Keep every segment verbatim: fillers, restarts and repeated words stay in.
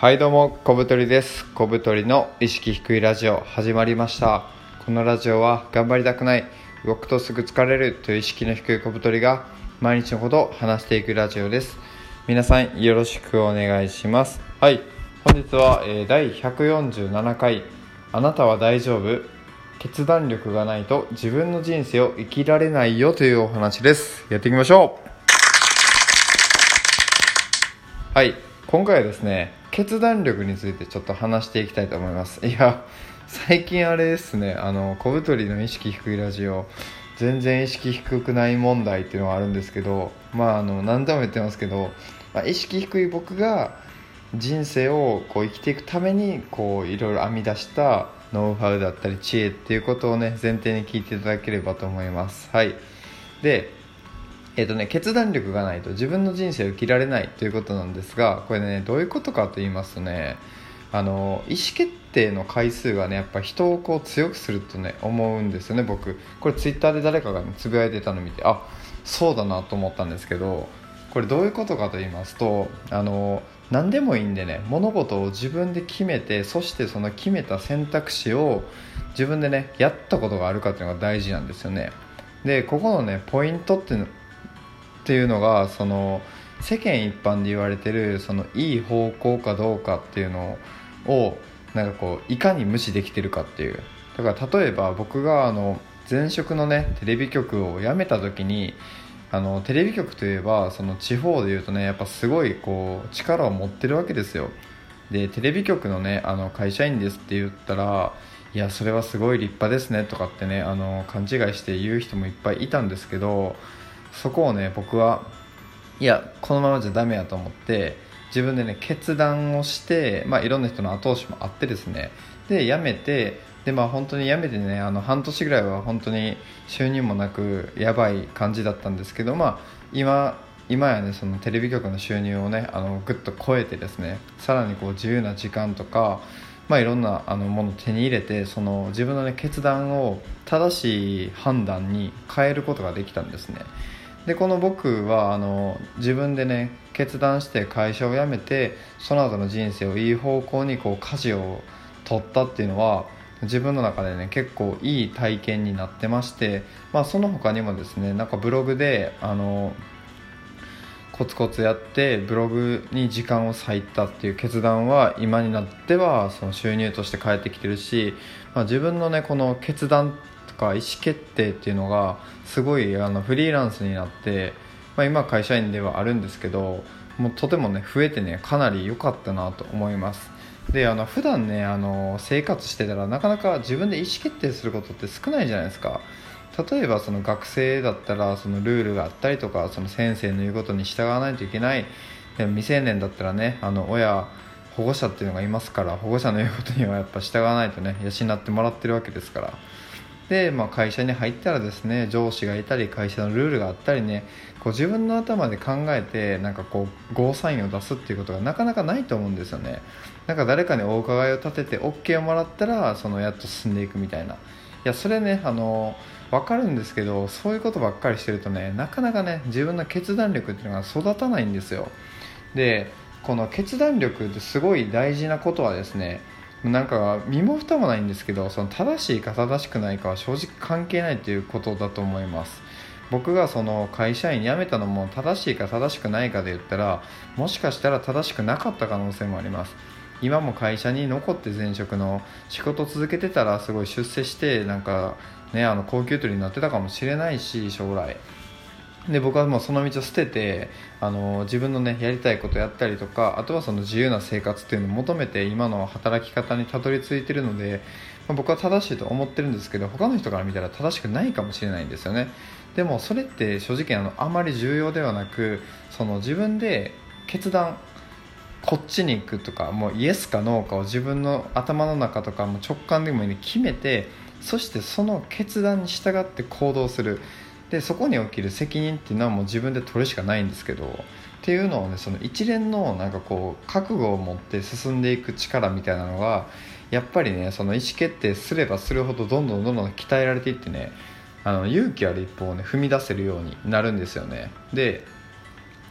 はいどうも、小太りです。小太りの意識低いラジオ始まりました。このラジオは頑張りたくない、動くとすぐ疲れるという意識の低い小太りが毎日のことを話していくラジオです。皆さんよろしくお願いします。はい、本日は、えー、だいひゃくよんじゅうななかい、あなたは大丈夫？決断力がないと自分の人生を生きられないよというお話です。やっていきましょう。はい、今回はですね、決断力についてちょっと話していきたいと思います。いや、最近あれですね、あの小太りの意識低いラジオ、全然意識低くない問題っていうのがあるんですけど、まああの何度も言ってますけど、まあ、意識低い僕が人生をこう生きていくためにこういろいろ編み出したノウハウだったり知恵っていうことをね、前提に聞いていただければと思います。はい。でえーとね、決断力がないと自分の人生を生きられないということなんですが、これね、どういうことかと言いますとね、あの意思決定の回数がね、やっぱ人をこう強くするとね思うんですよね。僕これツイッターで誰かが、ね、つぶやいてたのを見て、あ、そうだなと思ったんですけど、これどういうことかと言いますと、あの何でもいいんでね、物事を自分で決めて、そしてその決めた選択肢を自分でねやったことがあるかっていうのが大事なんですよね。でここのねポイントっていうのっていうのが、その世間一般で言われてるそのいい方向かどうかっていうのをなんかこういかに無視できてるかっていう。だから例えば僕があの前職のねテレビ局を辞めた時に、あのテレビ局といえばその地方でいうとね、やっぱすごいこう力を持ってるわけですよ。でテレビ局のねあの会社員ですって言ったら、いやそれはすごい立派ですねとかってね、あの勘違いして言う人もいっぱいいたんですけど、そこをね僕はいやこのままじゃダメやと思って自分でね決断をして、まあ、いろんな人の後押しもあってですね、で辞めて、でまあ本当に辞めてね、あの半年ぐらいは本当に収入もなくやばい感じだったんですけど、まあ今今やねそのテレビ局の収入をねあのぐっと超えてですね、さらにこう自由な時間とか、まあ、いろんなあのものを手に入れて、その自分の、ね、決断を正しい判断に変えることができたんですね。でこの僕はあの自分でね決断して会社を辞めて、その後の人生をいい方向にこう舵を取ったっていうのは自分の中でね結構いい体験になってまして、まあ、その他にもですね、なんかブログであのコツコツやってブログに時間を割いたっていう決断は今になってはその収入として返ってきてるし、まあ、自分のねこの決断とか意思決定っていうのがすごいあのフリーランスになって、まあ、今会社員ではあるんですけど、もうとてもね増えてねかなり良かったなと思います。であの普段ねあの生活してたらなかなか自分で意思決定することって少ないじゃないですか。例えばその学生だったらそのルールがあったりとか、その先生の言うことに従わないといけない。でも未成年だったらね、あの親保護者っていうのがいますから、保護者の言うことにはやっぱ従わないとね養ってもらってるわけですから。で、まあ、会社に入ったらですね、上司がいたり会社のルールがあったりね、こう自分の頭で考えてなんかこうゴーサインを出すっていうことがなかなかないと思うんですよね。なんか誰かにお伺いを立てて OK をもらったらそのやっと進んでいくみたいな。いやそれねあの分かるんですけど、そういうことばっかりしてるとねなかなかね自分の決断力っていうのが育たないんですよ。でこの決断力ってすごい大事なことはですね、なんか身も蓋もないんですけど、その正しいか正しくないかは正直関係ないということだと思います。僕がその会社員辞めたのも正しいか正しくないかで言ったら、もしかしたら正しくなかった可能性もあります。今も会社に残って前職の仕事を続けてたらすごい出世してなんかねあの高級取りになってたかもしれないし、将来で僕はもうその道を捨ててあの自分のねやりたいことやったりとか、あとはその自由な生活っていうのを求めて今の働き方にたどり着いてるので、まあ、僕は正しいと思ってるんですけど、他の人から見たら正しくないかもしれないんですよね。でもそれって正直あのあまり重要ではなく、その自分で決断こっちに行くとか、もうイエスかノーかを自分の頭の中とかも直感でもいいので決めて、そしてその決断に従って行動する。でそこに起きる責任っていうのはもう自分で取るしかないんですけど、っていうのをねその一連のなんかこう覚悟を持って進んでいく力みたいなのがやっぱりね、その意思決定すればするほどどんどんどんどん鍛えられていってね、あの勇気ある一歩をね踏み出せるようになるんですよね。で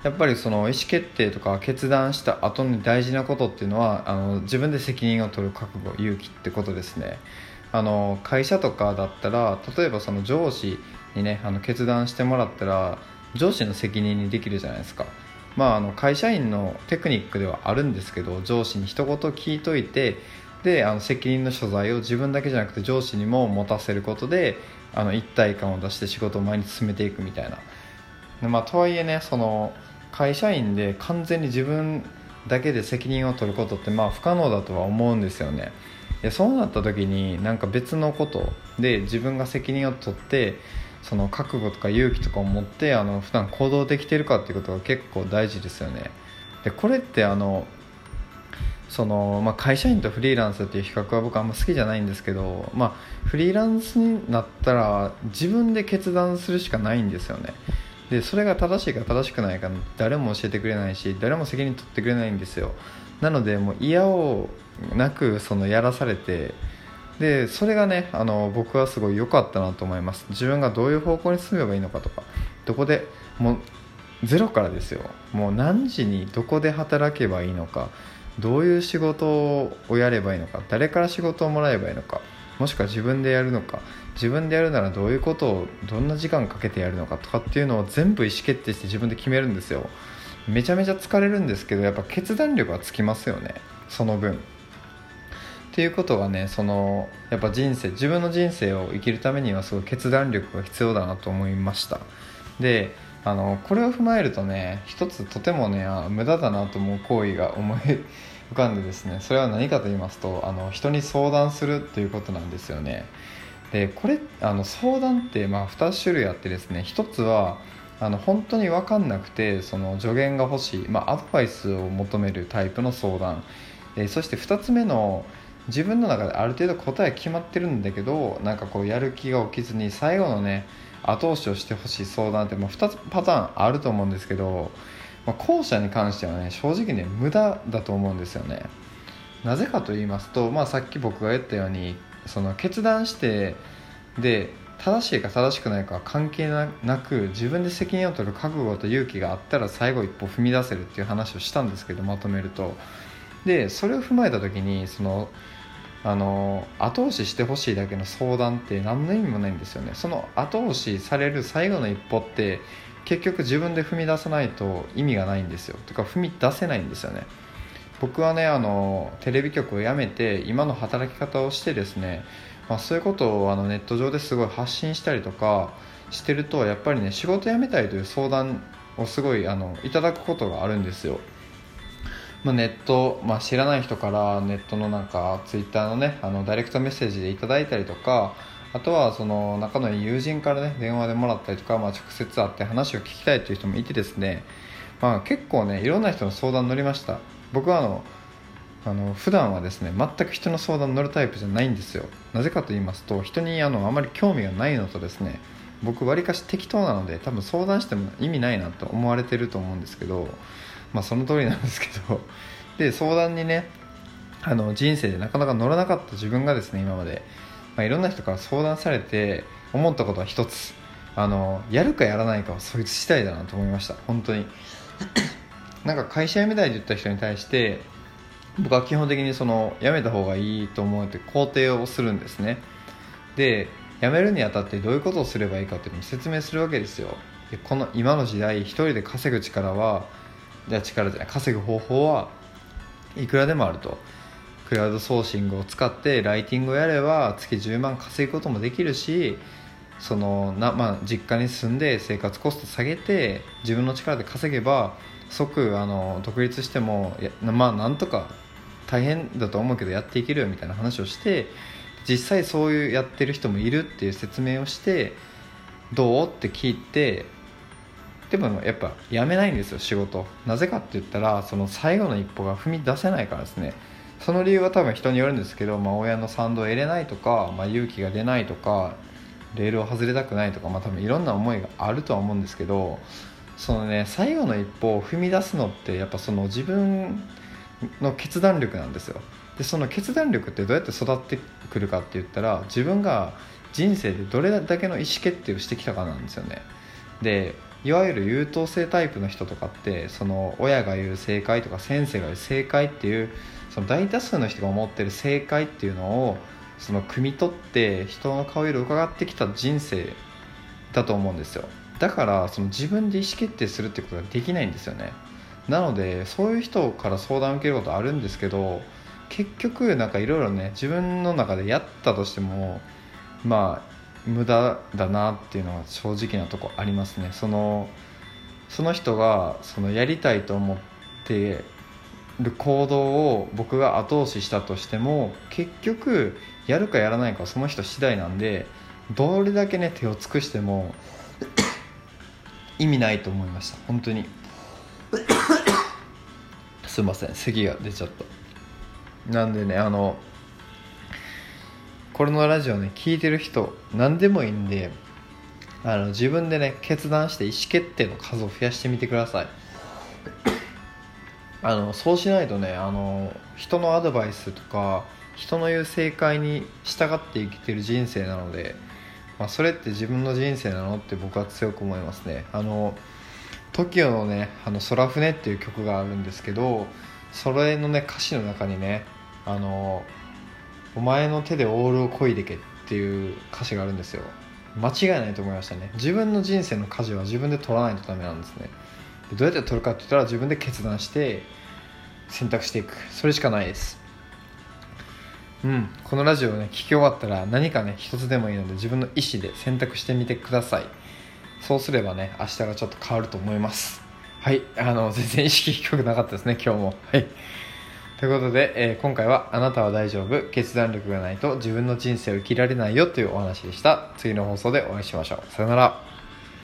やっぱりその意思決定とか決断した後に大事なことっていうのはあの自分で責任を取る覚悟、勇気ってことですね。あの会社とかだったら例えばその上司にねあの決断してもらったら上司の責任にできるじゃないですか。まあ、あの会社員のテクニックではあるんですけど、上司に一言聞いといてであの責任の所在を自分だけじゃなくて上司にも持たせることであの一体感を出して仕事を前に進めていくみたいな。で、まあ、とはいえねその会社員で完全に自分だけで責任を取ることってまあ不可能だとは思うんですよね。でそうなった時になんか別のことで自分が責任を取ってその覚悟とか勇気とかを持ってあの普段行動できているかっていうことが結構大事ですよね。でこれってあのその、まあ、会社員とフリーランスっていう比較は僕あんま好きじゃないんですけど、まあ、フリーランスになったら自分で決断するしかないんですよね。でそれが正しいか正しくないか誰も教えてくれないし誰も責任取ってくれないんですよ。なのでもう嫌をなくそのやらされて、でそれがねあの僕はすごい良かったなと思います。自分がどういう方向に進めばいいのかとかどこでもうゼロからですよ。もう何時にどこで働けばいいのか、どういう仕事をやればいいのか、誰から仕事をもらえばいいのか、もしくは自分でやるのか、自分でやるならどういうことをどんな時間かけてやるのかとかっていうのを全部意思決定して自分で決めるんですよ。めちゃめちゃ疲れるんですけどやっぱ決断力はつきますよね、その分。っていうことがねそのやっぱ人生自分の人生を生きるためにはすごい決断力が必要だなと思いました。であのこれを踏まえるとね一つとてもね無駄だなと思う行為が思い浮かんでですね、それは何かと言いますとあの人に相談するっていうことなんですよね。でこれあの相談ってまあふたつ種類あってですね、一つはあの本当に分かんなくてその助言が欲しい、まあ、アドバイスを求めるタイプの相談、えー、そしてふたつめの自分の中である程度答え決まってるんだけどなんかこうやる気が起きずに最後のね後押しをしてほしい相談って、まあ、ふたつパターンあると思うんですけど、まあ、後者に関してはね正直ね無駄だと思うんですよね。なぜかと言いますと、まあ、さっき僕が言ったようにその決断してで正しいか正しくないかは関係なく自分で責任を取る覚悟と勇気があったら最後一歩踏み出せるっていう話をしたんですけど、まとめるとでそれを踏まえた時にそのあの後押ししてほしいだけの相談って何の意味もないんですよね。その後押しされる最後の一歩って結局自分で踏み出さないと意味がないんですよ。とか踏み出せないんですよね。僕はねあのテレビ局を辞めて今の働き方をしてですね、まあ、そういうことをあのネット上ですごい発信したりとかしてるとやっぱりね仕事辞めたいという相談をすごいあのいただくことがあるんですよ。まあ、ネット、まあ、知らない人からネットのなんかツイッターのねあのダイレクトメッセージでいただいたりとか、あとはその仲のいい友人からね電話でもらったりとか、まあ、直接会って話を聞きたいという人もいてですね、まあ、結構ねいろんな人の相談乗りました。僕はあのあの普段はですね全く人の相談乗るタイプじゃないんですよ。なぜかと言いますと人にあのあまり興味がないのとですね、僕わりかし適当なので多分相談しても意味ないなと思われてると思うんですけど、まあその通りなんですけどで相談にねあの人生でなかなか乗らなかった自分がですね今まで、まあ、いろんな人から相談されて思ったことは一つ、あのやるかやらないかはそいつ次第だなと思いました。本当になんか会社辞めたいと言った人に対して僕は基本的にその辞めた方がいいと思うって肯定をするんですね。で辞めるにあたってどういうことをすればいいかっていうのを説明するわけですよ。でこの今の時代一人で稼ぐ力はいや力じゃない稼ぐ方法はいくらでもあると。クラウドソーシングを使ってライティングをやれば月じゅうまん稼ぐこともできるし、そのな、まあ、実家に住んで生活コスト下げて自分の力で稼げば即あの独立してもやまあなんとか大変だと思うけどやっていけるよみたいな話をして、実際そういうやってる人もいるっていう説明をしてどうって聞いて、でもやっぱやめないんですよ仕事。なぜかって言ったらその最後の一歩が踏み出せないからですね。その理由は多分人によるんですけど、まあ、親の賛同を得れないとか、まあ、勇気が出ないとかレールを外れたくないとか、まあ、多分いろんな思いがあるとは思うんですけど、そのね最後の一歩を踏み出すのってやっぱその自分の決断力なんですよ。でその決断力ってどうやって育ってくるかって言ったら自分が人生でどれだけの意思決定をしてきたかなんですよね。でいわゆる優等生タイプの人とかって、その親が言う正解とか先生が言う正解っていう、その大多数の人が思ってる正解っていうのをその汲み取って人の顔色を伺ってきた人生だと思うんですよ。だからその自分で意思決定するってことができないんですよね。なのでそういう人から相談を受けることあるんですけど、結局なんかいろいろね、自分の中でやったとしてもまあ無駄だなっていうのは正直なとこありますね。そのその人がそのやりたいと思ってる行動を僕が後押ししたとしても、結局やるかやらないかはその人次第なんで、どれだけね手を尽くしても意味ないと思いました。本当にすいません、咳が出ちゃった。なんでね、あのこれのラジオね聞いてる人何でもいいんで、あの自分でね決断して意思決定の数を増やしてみてください。あのそうしないとね、あの人のアドバイスとか人の言う正解に従って生きてる人生なので、まあ、それって自分の人生なのって僕は強く思いますね。あの トキオ のねあの空船っていう曲があるんですけど、それのね歌詞の中にね、あのお前の手でオールを漕いでけっていう歌詞があるんですよ。間違いないと思いましたね。自分の人生の舵は自分で取らないとダメなんですね。でどうやって取るかって言ったら自分で決断して選択していく、それしかないです。うん、このラジオをね聞き終わったら何かね一つでもいいので自分の意思で選択してみてください。そうすればね明日がちょっと変わると思います。はい、あの全然意識低くなかったですね今日も。はいということで、えー、今回はあなたは大丈夫、決断力がないと自分の人生を生きられないよというお話でした。次の放送でお会いしましょう。さよなら。